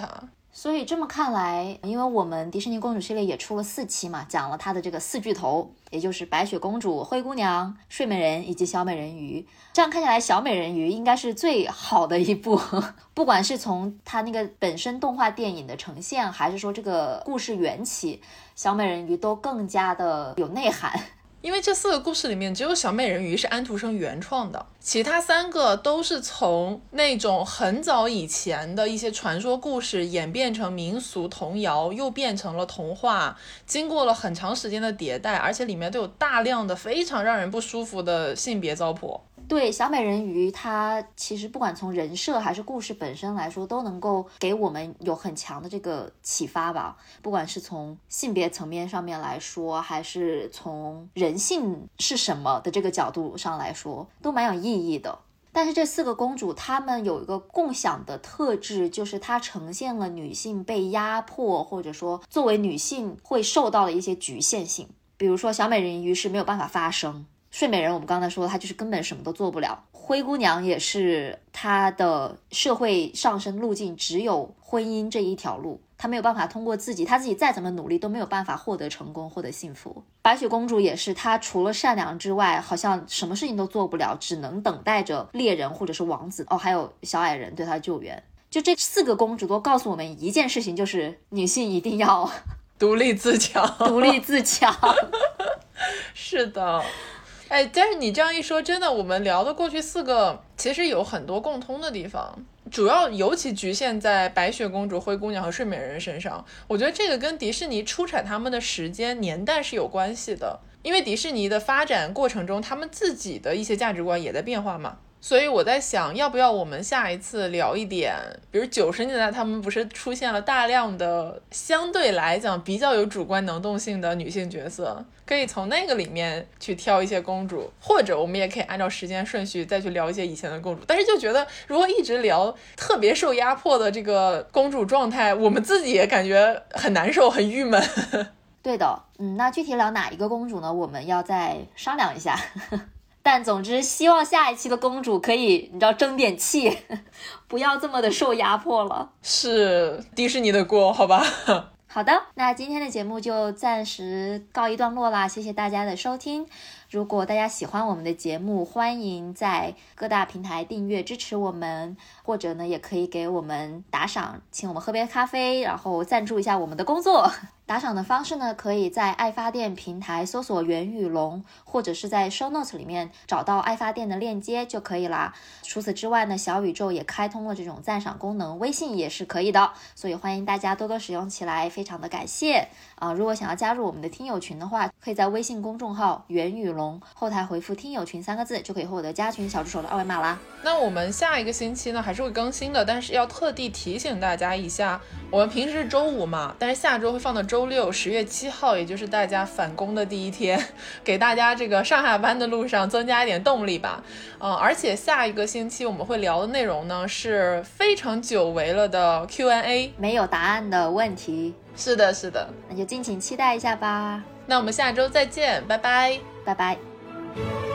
Speaker 1: 所以这么看来，因为我们迪士尼公主系列也出了4期嘛，讲了它的这个4巨头，也就是白雪公主、灰姑娘、睡美人以及小美人鱼。这样看下来，小美人鱼应该是最好的一部，不管是从它那个本身动画电影的呈现，还是说这个故事缘起，小美人鱼都更加的有内涵。
Speaker 2: 因为这4个故事里面只有小美人鱼是安徒生原创的，其他3个都是从那种很早以前的一些传说故事演变成民俗童谣，又变成了童话，经过了很长时间的迭代，而且里面都有大量的非常让人不舒服的性别糟粕。
Speaker 1: 对，小美人鱼它其实不管从人设还是故事本身来说，都能够给我们有很强的这个启发吧，不管是从性别层面上面来说，还是从人性是什么的这个角度上来说，都蛮有意义的。但是这4个公主她们有一个共享的特质，就是它呈现了女性被压迫，或者说作为女性会受到的一些局限性。比如说小美人鱼是没有办法发声，睡美人我们刚才说她就是根本什么都做不了，灰姑娘也是她的社会上升路径只有婚姻这一条路，她没有办法通过她自己再怎么努力都没有办法获得成功，获得幸福。白雪公主也是，她除了善良之外好像什么事情都做不了，只能等待着猎人或者是王子还有小矮人对她的救援。就这4个公主都告诉我们一件事情，就是女性一定要
Speaker 2: 独立自强。
Speaker 1: 独立自强。
Speaker 2: 是的。但是你这样一说，真的我们聊的过去4个其实有很多共通的地方，主要尤其局限在白雪公主、灰姑娘和睡美人身上。我觉得这个跟迪士尼出产他们的时间年代是有关系的，因为迪士尼的发展过程中他们自己的一些价值观也在变化嘛。所以我在想，要不要我们下一次聊一点，比如90年代他们不是出现了大量的相对来讲比较有主观能动性的女性角色，可以从那个里面去挑一些公主，或者我们也可以按照时间顺序再去聊一些以前的公主。但是就觉得如果一直聊特别受压迫的这个公主状态，我们自己也感觉很难受，很郁闷。
Speaker 1: 对的，那具体聊哪一个公主呢？我们要再商量一下。但总之希望下一期的公主可以你知道争点气，不要这么的受压迫了。
Speaker 2: 是迪士尼的锅，好吧。
Speaker 1: 好的，那今天的节目就暂时告一段落啦，谢谢大家的收听。如果大家喜欢我们的节目，欢迎在各大平台订阅支持我们，或者呢也可以给我们打赏，请我们喝杯咖啡，然后赞助一下我们的工作。打赏的方式呢，可以在爱发电平台搜索袁宇龙，或者是在 show notes 里面找到爱发电的链接就可以啦。除此之外呢，小宇宙也开通了这种赞赏功能，微信也是可以的，所以欢迎大家多多使用起来，非常的感谢如果想要加入我们的听友群的话，可以在微信公众号袁宇龙后台回复听友群3个字，就可以获得加群小助手的2维码啦。
Speaker 2: 那我们下一个星期呢还是会更新的，但是要特地提醒大家一下，我们平时是周5嘛，但是下周会放到周6，10月7号，也就是大家返工的第一天，给大家这个上下班的路上增加一点动力吧。而且下一个星期我们会聊的内容呢是非常久违了的 Q&A，
Speaker 1: 没有答案的问题。
Speaker 2: 是的，是的，
Speaker 1: 那就敬请期待一下吧。
Speaker 2: 那我们下周再见，拜拜，
Speaker 1: 拜拜。